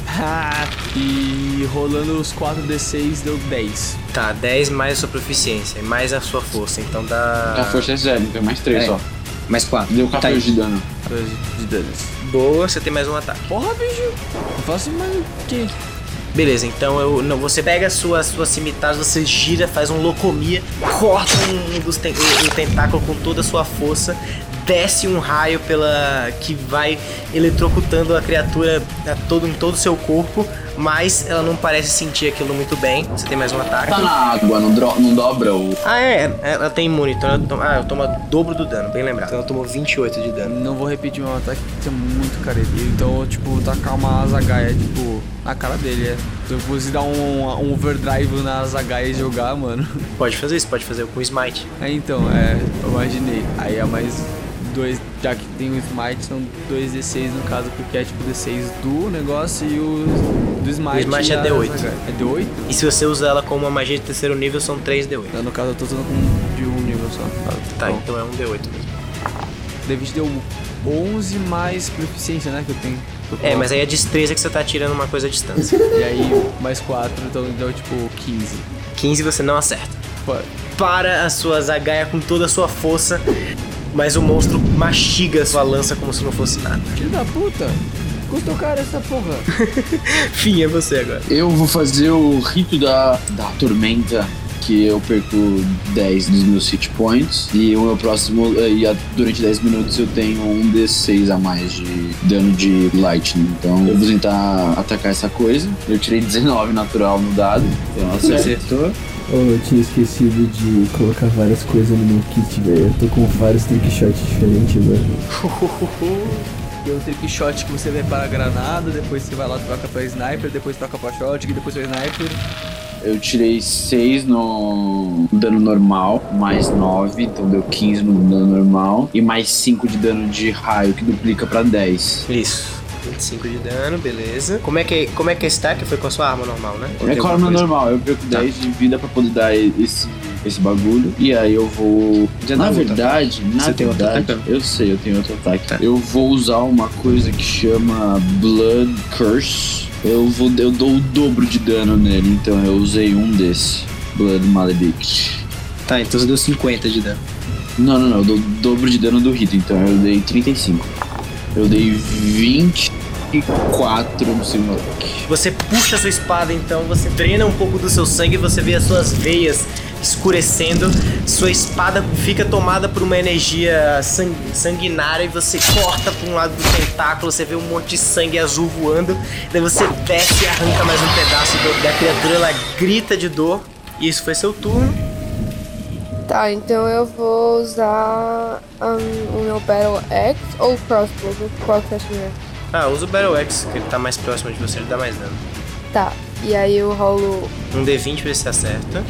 E rolando os 4d6 deu 10. Tá, 10 mais a sua proficiência, mais a sua força, então dá... A força é 0, então é mais 3 só. Mais 4. Deu 14 de dano. 14 de danos. Boa, você tem mais um ataque. Porra, bicho. Eu faço mais o quê? Beleza, então você pega as suas cimitarras, você gira, faz um locomia, corta um tentáculo com toda a sua força, desce um raio que vai eletrocutando a criatura em todo o seu corpo, mas ela não parece sentir aquilo muito bem. Você tem mais um ataque. Tá na água, não dobra o... Ela tem imune, então ela toma dobro do dano, bem lembrado. Então ela tomou 28 de dano. Não vou repetir meu ataque porque é muito caretinho. Então, tipo, tacar uma Azagaia, tipo, na cara dele, Se eu fosse dar um overdrive na Azagaia e jogar, mano. Pode fazer isso, pode fazer com o Smite. Eu imaginei. Aí é mais 2, já que tem o Smite, são 2d6 no caso, porque é tipo D6 do negócio e o do Smite. O Smite é D8. É D8? E se você usar ela como uma magia de terceiro nível, são 3d8. No caso, eu tô usando com de um nível só. Tá, então é um D8 mesmo. D20 deu 11 mais proficiência, né, que eu tenho. Mas aí é destreza que você tá tirando uma coisa à distância. E aí, mais 4, então deu tipo 15. 15 você não acerta. Pô. Para a sua Zagaia com toda a sua força, mas o monstro mastiga a sua lança como se não fosse nada. Filho da puta! Custou caro essa porra. Fim, é você agora. Eu vou fazer o rito da tormenta, que eu perco 10 dos meus hit points. E o meu próximo, durante 10 minutos eu tenho um D6 a mais de dano de lightning. Então eu vou tentar atacar essa coisa. Eu tirei 19 natural no dado. Então acertou. Eu tinha esquecido de colocar várias coisas no meu kit, velho. Eu tô com vários trick shots diferentes, velho. Tem um trick shot que você vai para a granada, depois você vai lá, troca pra sniper, depois troca pra shot, depois pra sniper. Eu tirei 6 no dano normal, mais 9, então deu 15 no dano normal. E mais 5 de dano de raio, que duplica pra 10. Isso. 25 de dano, beleza. Como é que é esse stack? Foi com a sua arma normal, né? É com a arma normal, eu perco 10 de vida pra poder dar esse bagulho. E aí eu vou... Na verdade, eu sei, eu tenho outro ataque. Tá. Eu vou usar uma coisa que chama Blood Curse. Eu dou o dobro de dano nele, então eu usei um desse. Blood Maledict. Tá, então você deu 50 de dano. Não, eu dou o dobro de dano do hit, então eu dei 35. Eu dei 24 no segundo ataque. Você puxa a sua espada, então, você drena um pouco do seu sangue, você vê as suas veias escurecendo, sua espada fica tomada por uma energia sanguinária e você corta por um lado do tentáculo, você vê um monte de sangue azul voando, daí você desce e arranca mais um pedaço da criatura, ela grita de dor, e isso foi seu turno. Tá, então eu vou usar o meu Battle Axe ou Crossbow, qual que você acha melhor? Usa o Battle Axe, que ele tá mais próximo de você, ele dá mais dano. Tá, e aí eu rolo... Um D20 pra ver se acerta.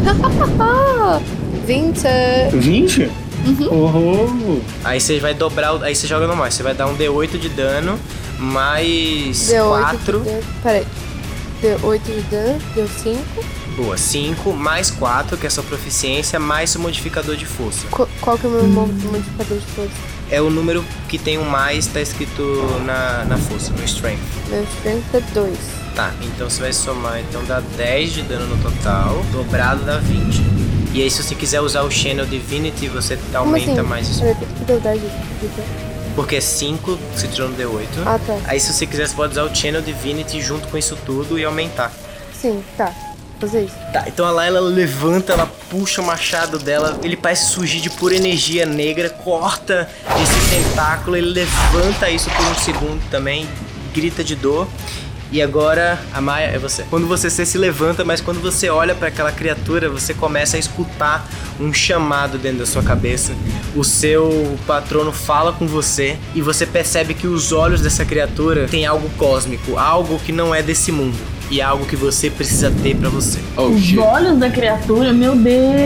20! 20? Uhum. Aí você vai dobrar, aí você joga normal, você vai dar um D8 de dano, mais 4. Peraí, D8 de dano, deu 5. Boa, 5 mais 4, que é a sua proficiência, mais o modificador de força. Qual que é o meu modificador de força? É o número que tem um mais, tá escrito na força, no strength. Meu strength é 2. Tá, então você vai somar, então dá 10 de dano no total, dobrado dá 20. E aí se você quiser usar o Channel Divinity, você aumenta assim? mais isso. Por que deu 10 de dano? Porque é 5, você tirou no D8. Ah, tá. Aí se você quiser, você pode usar o Channel Divinity junto com isso tudo e aumentar. Sim, tá. Fazer isso. Tá, então a Layla levanta, ela puxa o machado dela, ele parece surgir de pura energia negra, corta esse tentáculo, ele levanta isso por um segundo também, grita de dor. E agora, a Maia, é você. Quando você se levanta, mas quando você olha para aquela criatura, você começa a escutar um chamado dentro da sua cabeça. O seu patrono fala com você e você percebe que os olhos dessa criatura têm algo cósmico, algo que não é desse mundo. E algo que você precisa ter pra você. Os olhos da criatura, meu Deus.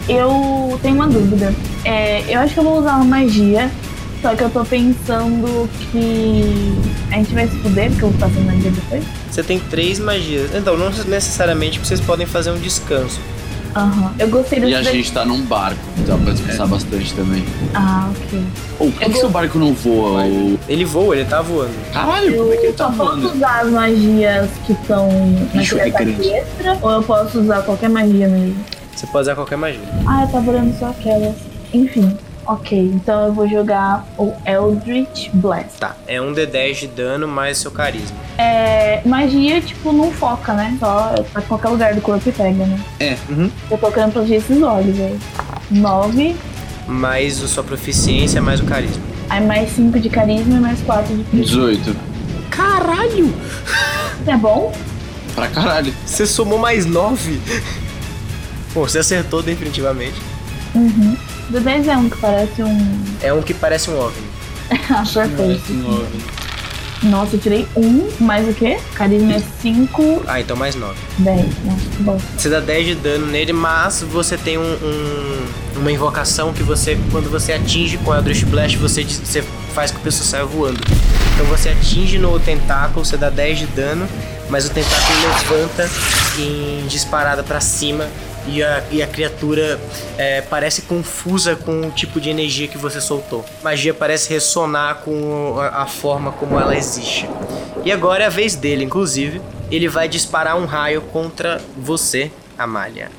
eu tenho uma dúvida. Eu acho que eu vou usar uma magia, só que eu tô pensando que a gente vai se fuder, porque eu vou passar magia depois. Você tem 3 magias, então não necessariamente vocês podem fazer um descanso. Eu gostei desse. E a gente tá num barco, dá pra descansar bastante também. Ok. Por que seu barco não voa? Ele voa, ele tá voando. Caralho, como é que ele tá voando? Eu posso usar as magias que estão naquele ataque extra, ou eu posso usar qualquer magia mesmo? Você pode usar qualquer magia. Eu tava olhando só aquelas. Enfim. Ok, então eu vou jogar o Eldritch Blast. Tá, é um D10 de dano mais seu carisma. Magia, tipo, não foca, né? Só tá em qualquer lugar do corpo e pega, né? Eu tô querendo proteger esses olhos, velho. 9. Mais a sua proficiência, mais o carisma. Aí mais 5 de carisma e mais 4 de proficiência. 18. Caralho! É bom? Pra caralho. Você somou mais 9. Pô, você acertou definitivamente. D10 é um que parece um... É um que parece um OVNI. Perfeito. Nossa, eu tirei 1, mais o quê? Carisma é 5. Então mais 9. 10, nossa, que bom. Você dá 10 de dano nele, mas você tem uma invocação que você, quando você atinge com o Eldritch Blast, você faz com que a pessoa saia voando. Então você atinge no tentáculo, você dá 10 de dano, mas o tentáculo levanta em disparada pra cima. E a criatura parece confusa com o tipo de energia que você soltou. A magia parece ressonar com a forma como ela existe. E agora é a vez dele, inclusive. Ele vai disparar um raio contra você, Amália.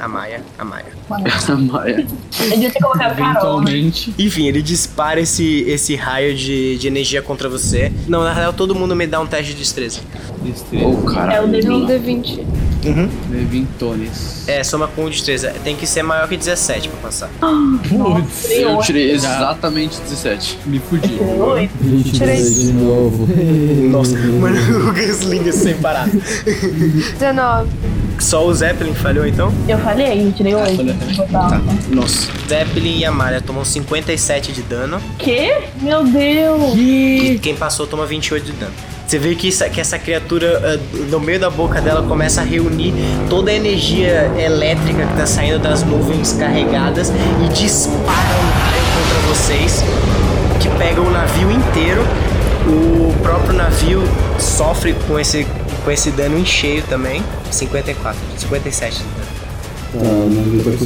Eu devia ter colocado Carol. Enfim, ele dispara esse raio de energia contra você. Não, na real, todo mundo me dá um teste de destreza. Caralho. É o D20. D20. Soma com destreza. Tem que ser maior que 17 pra passar. Putz, eu tirei exatamente 17. Me fudi. Tirei de novo. Nossa, mano, o Genslinger sem parar. 19. Só o Zeppelin falhou, então? Eu falhei, eu tirei 8. Tá. Nossa. Zeppelin e Amália tomam 57 de dano. Que? Meu Deus! E quem passou toma 28 de dano. Você vê que essa criatura, no meio da boca dela, começa a reunir toda a energia elétrica que tá saindo das nuvens carregadas e dispara um raio contra vocês, que pega o navio inteiro. O próprio navio sofre com esse dano em cheio também. 57 de dano. O navio tá com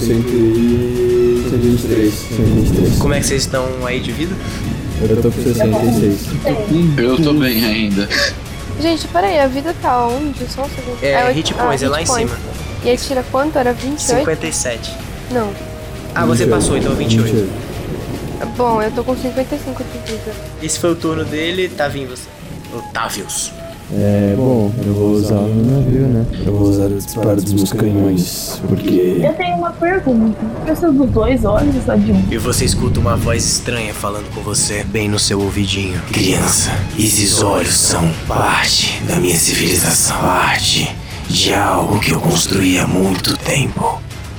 123. Como é que vocês estão aí de vida? Eu tô com 66. Eu tô bem ainda. Gente, peraí, a vida tá onde? Só um segundo. Hit points, é lá em cima. E aí tira quanto? Era 28? 57. Não. Você passou, então 28. Bom, eu tô com 55 de vida. Esse foi o turno dele, tá vindo você. Otávios. Bom, eu vou usar o meu navio, né? Eu vou usar o disparo dos meus canhões, porque... Eu tenho uma pergunta. Precisa dos 2 olhos ou só de um? E você escuta uma voz estranha falando com você, bem no seu ouvidinho. Criança, esses olhos são parte da minha civilização, parte de algo que eu construí há muito tempo.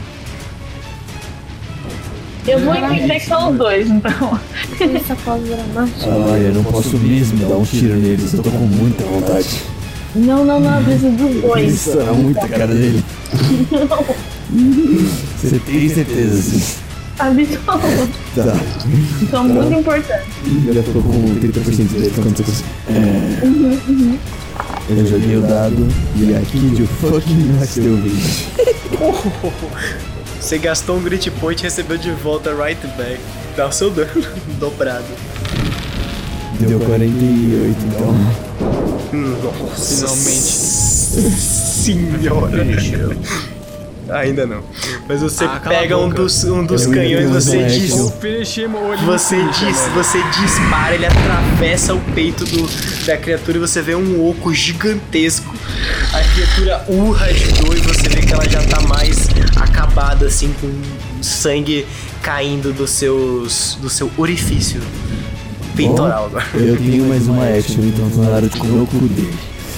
Eu vou entender que são os 2, então. Essa pausa dramática. Eu não posso mesmo dar um tiro neles, eu tô com muita vontade. Não, eu preciso dos 2. Isso era muito a cara dele. Você tem certeza, sim? Absoluto. Tá. São muito importantes. Já tô com 30% de quanto você... Eu joguei o dado e aqui de fucking Max deu 20. Você gastou um Grit Point e recebeu de volta right back. Dá o seu dano dobrado. Deu 48, então. Nossa. Finalmente. Senhora. Ainda não. Mas você pega um dos canhões, você dispara, ele atravessa o peito da criatura e você vê um oco gigantesco. A criatura urra de dor e você vê que ela já tá mais acabada, assim, com sangue caindo do seu orifício peitoral agora. Eu tenho mais uma action, então tô na hora de comer o cu dele.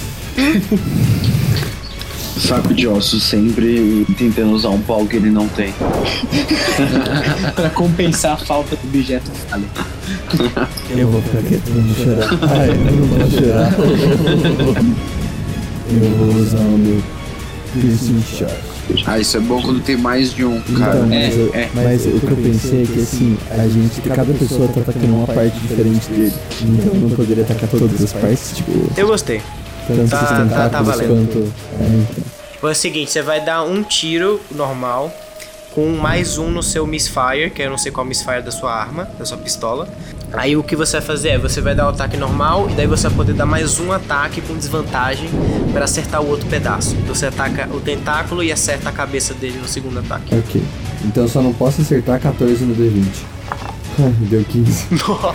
Saco de ossos, sempre tentando usar um pau que ele não tem. Pra compensar a falta do objeto falho. Eu vou ficar quieto, não vou chorar. Ai, eu não vou chorar. Eu vou usar o meu piercing shot. Isso é bom quando tem mais de um, cara. Então, mas o que eu pensei é que assim, cada pessoa tá atacando uma parte diferente dele. Então não poderia atacar todas as partes, tipo. Eu gostei. Tanto tá valendo. Quanto. Então. É o seguinte, você vai dar um tiro normal com mais um no seu misfire, que eu não sei qual misfire da sua arma, da sua pistola. Aí o que você vai fazer é, você vai dar o ataque normal e daí você vai poder dar mais um ataque com desvantagem para acertar o outro pedaço. Então você ataca o tentáculo e acerta a cabeça dele no segundo ataque. Ok. Então eu só não posso acertar 14 no D20. Deu 15.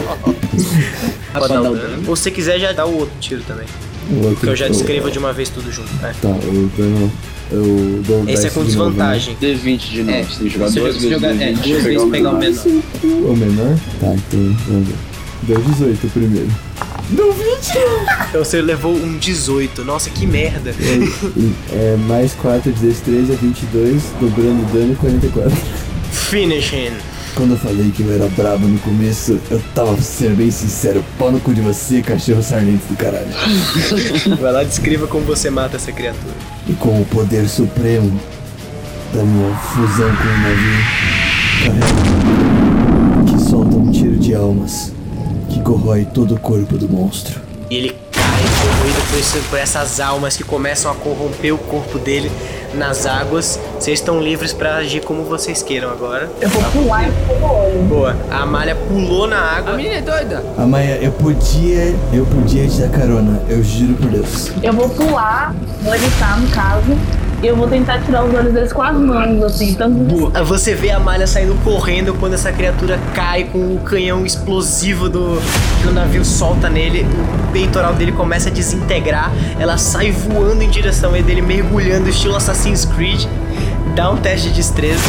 Pode dar o dano. Ou se você quiser já dá o outro tiro também. Porque eu já descrevo de uma vez tudo junto. Tá, o dano... Eu dou esse é com desvantagem. De novo, né? D20 de novo. Você tem que jogar duas vezes. Duas vezes pegar o menor. O menor? Tá, então vamos ver. Deu 18 primeiro. Deu 20! Então você levou um 18. Nossa, que merda. Mais 4 de destreza, 22, dobrando o dano, 44. Finish him. Quando eu falei que eu era brabo no começo, eu tava sendo bem sincero. Pau no cu de você, cachorro sarnento do caralho. Vai lá, descreva como você mata essa criatura. E com o poder supremo da minha fusão com o navio, que solta um tiro de almas que corrói todo o corpo do monstro. E ele cai corroído por essas almas que começam a corromper o corpo dele nas águas. Vocês estão livres pra agir como vocês queiram agora. Eu vou pular e pôr o olho. Boa. A Amália pulou na água. A menina é doida. Amália, eu podia te dar carona, eu juro por Deus. Eu vou pular, vou evitar no caso, e eu vou tentar tirar os olhos deles com as mãos, assim, tanto. Você vê a Amália saindo correndo quando essa criatura cai com o canhão explosivo que o navio solta nele. O peitoral dele começa a desintegrar. Ela sai voando em direção a ele, mergulhando, estilo Assassin's Creed. Dá um teste de destreza.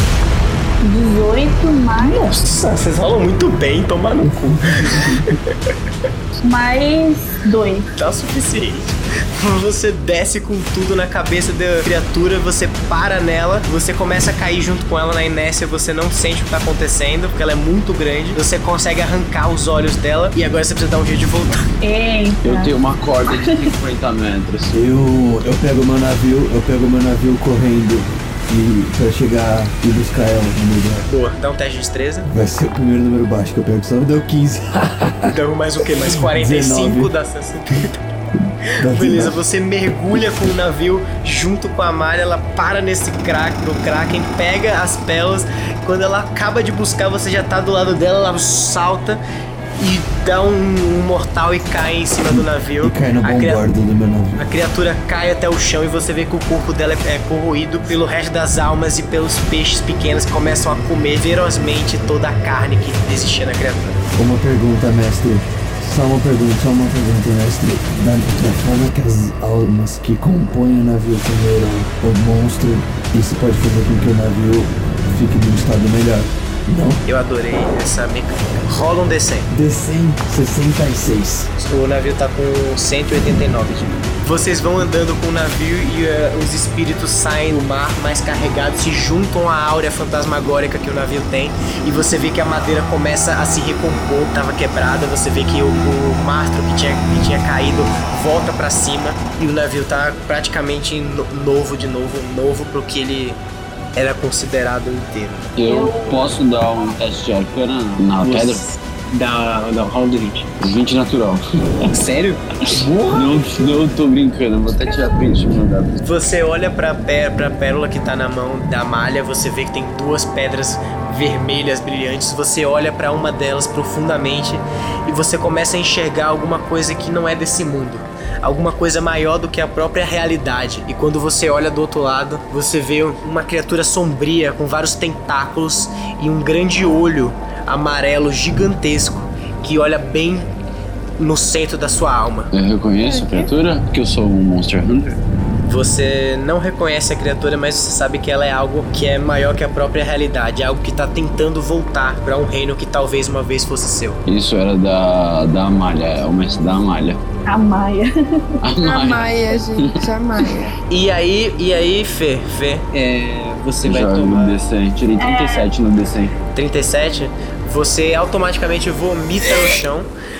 18 mais. Nossa, vocês falam muito bem, toma no cu. Mais 2. Tá o suficiente. Você desce com tudo na cabeça da criatura, você para nela, você começa a cair junto com ela na inércia, você não sente o que tá acontecendo, porque ela é muito grande, você consegue arrancar os olhos dela e agora você precisa dar um jeito de voltar. Eita. Eu tenho uma corda de 50 metros. Eu pego meu navio correndo e pra chegar e buscar ela no lugar. Boa, dá um teste de destreza. Vai ser o primeiro número baixo que eu pego, só deu 15. Então mais o quê? Mais 45 19. Dá 60. Beleza, você mergulha com o navio junto com a Amália, ela para nesse Kraken, pega as pérolas. Quando ela acaba de buscar, você já tá do lado dela, ela salta e dá um mortal e cai em cima do navio. E cai no bombordo do meu navio. A criatura cai até o chão e você vê que o corpo dela é corroído pelo resto das almas e pelos peixes pequenos que começam a comer ferozmente toda a carne que existia na criatura. Uma pergunta, mestre. Só uma pergunta, mestre. Da forma que as almas que compõem o navio comeram o monstro, isso pode fazer com que o navio fique num estado melhor, não? Eu adorei essa mecânica. Rola um D100. D100, 66. O navio tá com 189 de vida. Vocês vão andando com o navio e os espíritos saem do mar mais carregados, se juntam à áurea fantasmagórica que o navio tem, e você vê que a madeira começa a se recompor, tava quebrada, você vê que o mastro que tinha caído volta pra cima e o navio tá praticamente novo pro que ele era considerado inteiro. Eu posso dar um teste de arcana na pedra? Dá round de 20. 20 natural. Sério? Não tô brincando, vou até tirar print do meu dado. Você olha pra pérola que tá na mão da Amália, você vê que tem duas pedras vermelhas brilhantes, você olha pra uma delas profundamente e você começa a enxergar alguma coisa que não é desse mundo. Alguma coisa maior do que a própria realidade. E quando você olha do outro lado, você vê uma criatura sombria com vários tentáculos e um grande olho amarelo gigantesco que olha bem no centro da sua alma. Eu reconheço a criatura? Porque eu sou um Monster Hunter. Você não reconhece a criatura, mas você sabe que ela é algo que é maior que a própria realidade, algo que está tentando voltar para um reino que talvez uma vez fosse seu. Isso era da Amália, é o mestre da Amália. A Maia. A Maia, gente, a Maia. E aí, Fê, você vai Joga tomar... no D100, tirei 37 no D100. 37, você automaticamente vomita no chão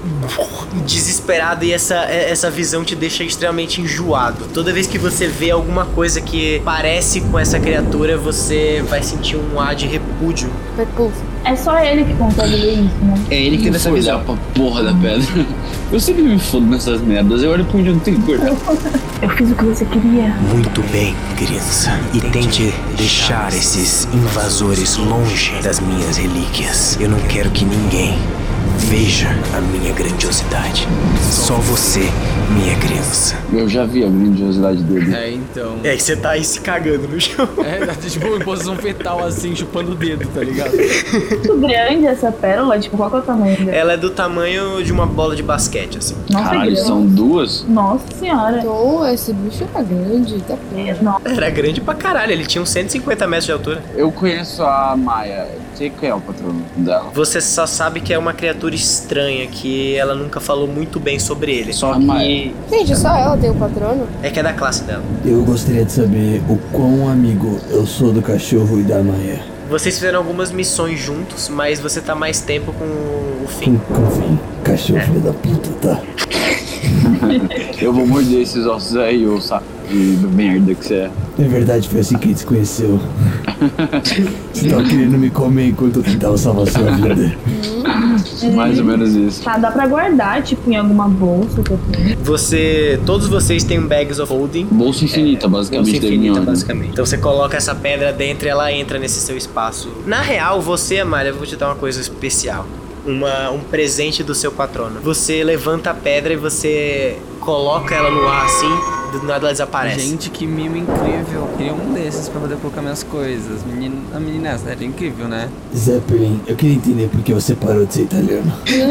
desesperado e essa visão te deixa extremamente enjoado. Toda vez que você vê alguma coisa que parece com essa criatura, você vai sentir um ar de repúdio. É só ele que consegue ver isso, né? É ele que tem essa visão pra porra da pedra. Eu sempre me fodo nessas merdas, eu olho pra onde eu não tenho que cortar. Eu fiz o que você queria. Muito bem, criança. E tente deixar esses invasores longe das minhas relíquias. Eu não quero que ninguém veja a minha grandiosidade. Só você, minha criança. Eu já vi a grandiosidade dele. Então. É, você tá aí se cagando no chão. Tipo em posição fetal assim, chupando o dedo, tá ligado? Muito grande essa pérola, tipo, qual que é o tamanho dela? Ela é do tamanho de uma bola de basquete, assim. Nossa, caralho, são 2? Nossa senhora. Então, esse bicho era grande, tá Nossa. Era grande pra caralho, ele tinha uns 150 metros de altura. Eu conheço a Maia, sei quem é o patrono dela. Você só sabe que é uma criatura estranha, que ela nunca falou muito bem sobre ele. Só que... Gente, só ela tem um patrono? É que é da classe dela. Eu gostaria de saber o quão amigo eu sou do cachorro e da Maia. Vocês fizeram algumas missões juntos, mas você tá mais tempo com o Finn. Com o Finn. Cachorro filho da puta, tá? Eu vou morder esses ossos aí, ô saco de merda que você é. É verdade, foi assim que a gente se conheceu. Você tava querendo me comer enquanto eu tentava salvar sua vida. Mais ou menos isso. Tá, dá pra guardar, tipo, em alguma bolsa que eu tenho. Todos vocês têm bags of holding. Bolsa infinita, basicamente. Bolsa infinita, basicamente. Então você coloca essa pedra dentro e ela entra nesse seu espaço. Na real, você, Amália, eu vou te dar uma coisa especial. Um presente do seu patrono. Você levanta a pedra e você coloca ela no ar assim, do nada ela desaparece. Gente, que mimo incrível. Eu queria um desses pra poder colocar minhas coisas. A menina essa era incrível, né? Zeppelin, eu queria entender por que você parou de ser italiano.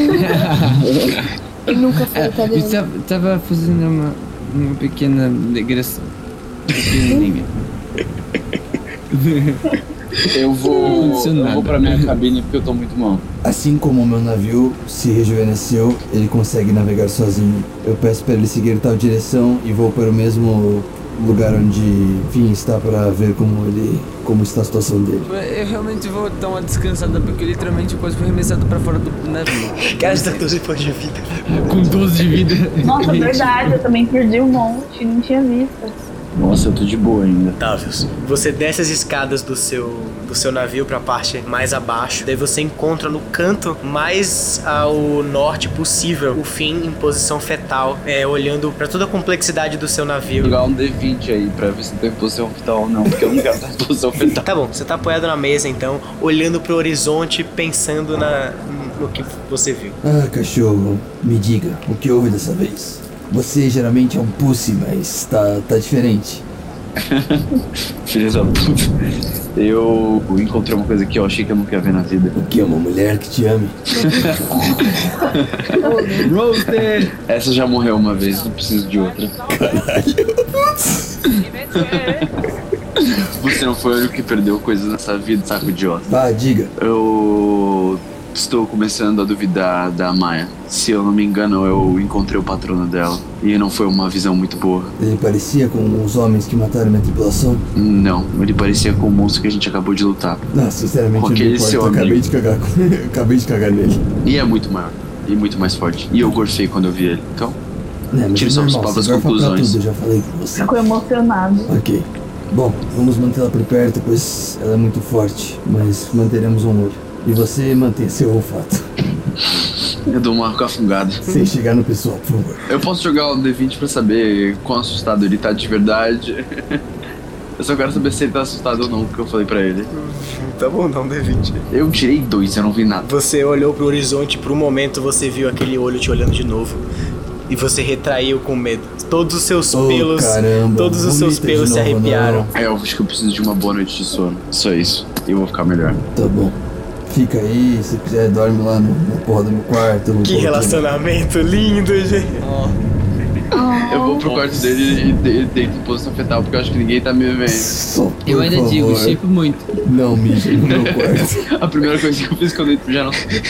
Ele nunca foi italiano. Eu tava fazendo uma pequena digressão. Pequenininha. Eu vou pra minha cabine porque eu tô muito mal. Assim como o meu navio se rejuvenesceu, ele consegue navegar sozinho. Eu peço para ele seguir tal direção e vou para o mesmo lugar onde Finn está para ver como está a situação dele. Eu realmente vou dar uma descansada porque literalmente eu quase fui arremessado pra fora do navio. Gasta 12 pontos de vida. Com 12 de vida. Nossa, verdade, eu também perdi um monte, não tinha visto. Nossa, eu tô de boa ainda. Tavius, você desce as escadas do seu navio pra parte mais abaixo. Daí você encontra no canto mais ao norte possível o Finn em posição fetal, olhando pra toda a complexidade do seu navio. Jogar um D20 aí pra ver se não tem posição fetal ou não, porque eu não quero estar em posição fetal. Tá bom, você tá apoiado na mesa então, olhando pro horizonte, pensando no que você viu. Ah, cachorro, me diga, o que houve dessa vez? Você geralmente é um pussy, mas tá diferente. Filha da puta. Eu encontrei uma coisa que eu achei que eu nunca ia ver na vida. O que? Uma mulher que te ame? Roasted! Essa já morreu uma vez, não preciso de outra. Caralho. Você não foi o único que perdeu coisas nessa vida, saco idiota. Vá, diga. Eu estou começando a duvidar da Maia. Se eu não me engano, eu encontrei o patrono dela. E não foi uma visão muito boa. Ele parecia com os homens que mataram minha tripulação? Não, ele parecia com o monstro que a gente acabou de lutar. Não, sinceramente, com eu aquele não importo. seu Acabei amigo. de cagar acabei de cagar nele. E é muito maior. E muito mais forte. E eu gorfei quando eu vi ele. Então, Mas tire é suas normal, próprias você gorfa pra conclusões. tudo, eu já falei com você. Ficou emocionado. Ok. Bom, vamos mantê-la por perto, pois ela é muito forte. Mas manteremos um olho. E você mantém seu olfato. Eu dou uma cafungada. Sem chegar no pessoal, por favor. Eu posso jogar o D20 pra saber quão assustado ele tá de verdade. Eu só quero saber se ele tá assustado ou não, porque eu falei pra ele. Tá bom, dá um D20. Eu tirei 2, eu não vi nada. Você olhou pro horizonte, por um momento você viu aquele olho te olhando de novo. E você retraiu com medo. Todos os seus pelos. Caramba, todos os seus pelos se arrepiaram. Aí eu acho que eu preciso de uma boa noite de sono. Só isso. E eu vou ficar melhor. Tá bom. Fica aí, se quiser dorme lá na porra do meu quarto. Que relacionamento lindo, gente. Eu vou pro quarto dele e deito em posição fetal, porque eu acho que ninguém tá me vendo. Só, Eu ainda favor, digo, chipo muito. Não mije no meu quarto. A primeira coisa que eu fiz quando eu entro já não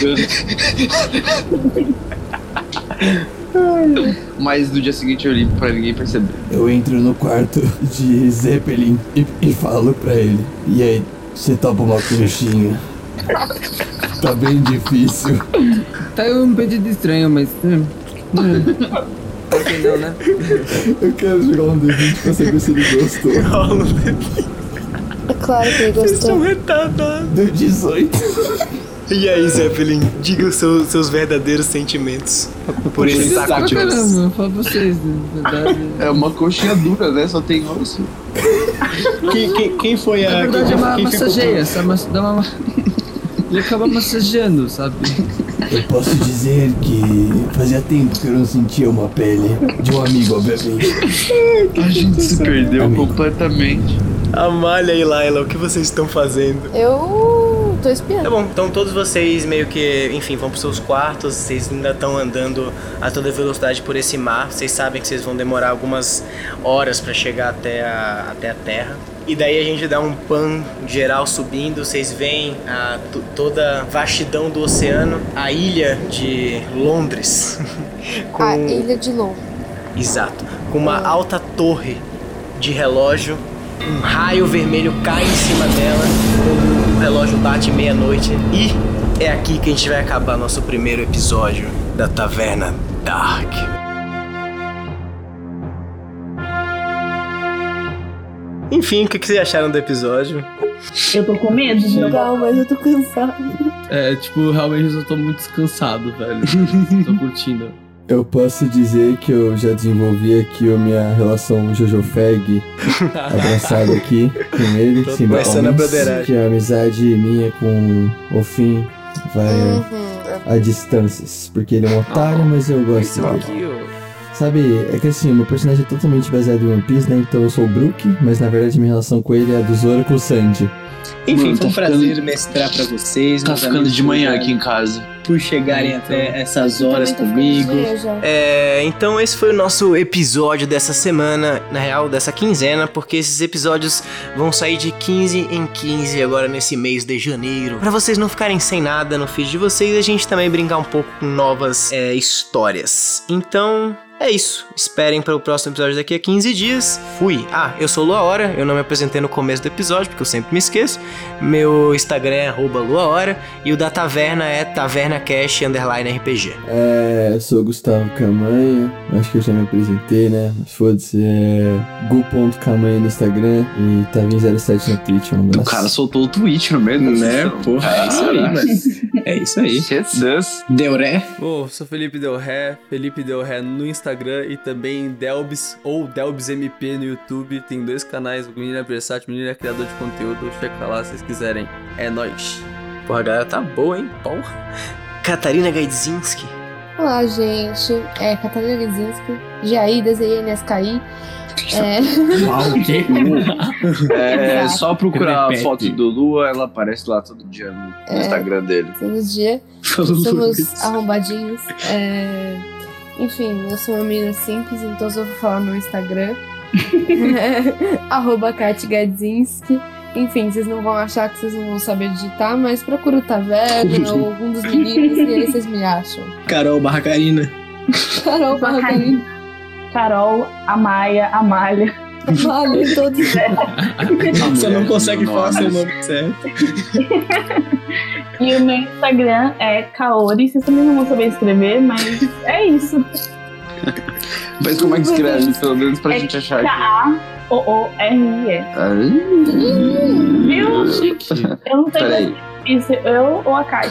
Mas no dia seguinte eu limpo pra ninguém perceber. Eu entro no quarto de Zeppelin e falo pra ele. E aí, você topa uma conchinha? Tá bem difícil. Tá um pedido estranho, mas... Por que não, né? Eu quero jogar um D20 pra saber se ele gostou. Rola um D20. É claro que ele gostou. Vocês são retardados. Deu 18. E aí, Zeppelin, diga os seus verdadeiros sentimentos por esse saco de osso. Caramba, eu falo pra vocês, na verdade. É uma coxinha dura, né? Só tem osso. Quem foi a... Na verdade quem é uma ficou massageia, dá uma... Ele acaba massageando, sabe? Eu posso dizer que fazia tempo que eu não sentia uma pele de um amigo, obviamente. A gente se perdeu Amigo. completamente. Amália e Laila, o que vocês estão fazendo? Eu tô espiando. Tá bom, então todos vocês meio que, enfim, vão pros seus quartos. Vocês ainda estão andando a toda velocidade por esse mar. Vocês sabem que vocês vão demorar algumas horas pra chegar até a terra. E daí a gente dá um pan geral subindo. Vocês veem toda a vastidão do oceano, a ilha de Londres. A ilha de Londres. Exato, com uma alta torre de relógio. Um raio vermelho cai em cima dela, o relógio bate meia-noite e é aqui que a gente vai acabar nosso primeiro episódio da Taverna Dark. Enfim, o que vocês acharam do episódio? Eu tô com medo de jogar. Legal, mas eu tô cansado. Realmente eu tô muito descansado, velho. Tô curtindo. Eu posso dizer que eu já desenvolvi aqui a minha relação Jojo Fag abraçado aqui com ele, começando a broderagem. que a amizade minha com o Finn vai a distâncias, porque ele é um otário, mas eu gosto dele. Sabe, é que assim, meu personagem é totalmente baseado em One Piece, né? Então eu sou o Brook, mas na verdade minha relação com ele é a do Zoro com o Sanji. Enfim, Mano, foi um prazer mestrar pra vocês. Tá ficando de manhã aqui em casa. Por chegarem até essas horas comigo. Então esse foi o nosso episódio dessa semana, na real, dessa quinzena, porque esses episódios vão sair de 15 em 15 agora nesse mês de janeiro. Pra vocês não ficarem sem nada no feed de vocês, a gente também brincar um pouco com novas histórias. Então... é isso, esperem para o próximo episódio daqui a 15 dias. Fui! Eu sou Lua Hora, eu não me apresentei no começo do episódio, porque eu sempre me esqueço. Meu Instagram é @luahora e o da Taverna é TavernaCast_RPG. Eu sou o Gustavo Camanha, acho que eu já me apresentei, né? Mas foda-se, gu.camanha no Instagram e Tavin07 no Twitch, um abraço. O cara soltou o tweet no meio, né? Porra, é isso aí, mano. É isso aí. Deu ré? Sou Felipe Del Ré no Instagram e também Delbs ou Delbs MP no YouTube. Tem 2 canais, o Menino é Versátil, o Menino é Criador de Conteúdo. Checa lá se vocês quiserem. É nóis. Porra, a galera tá boa, hein? Porra. Catarina Gaidzinski. Olá, gente. Catarina Gaidzinski, Jaidas e NSKI. O quê? É só procurar a foto do Lua, ela aparece lá todo dia no Instagram dele. Todo dia. Somos arrombadinhos. Enfim, eu sou uma menina simples, então só vou falar meu Instagram. @KatGadzinski. Enfim, vocês não vão achar que vocês não vão saber digitar, mas procura o Taverna ou algum dos meninos e aí vocês me acham. Carol/Karina. Carol/Karina. Carol, Amália. Amália em todos. Você não consegue falar seu nome certo. E o meu Instagram é Kaori. Vocês também não vão saber escrever, mas é isso. Mas como é que escreve? Pelo menos pra gente achar aqui. K-A-O-O-R-I-S. Viu? Eu não sei Peraí. Isso, eu ou a Kátia?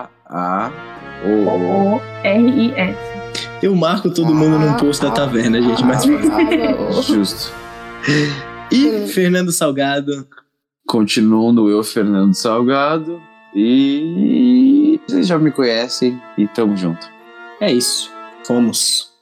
K-A-O-O-R-I-S. Eu marco todo mundo num post da taverna, gente, mais fácil. Justo. E Fernando Salgado. Continuo no Eu, Fernando Salgado. E vocês já me conhecem e tamo junto. É isso. Fomos.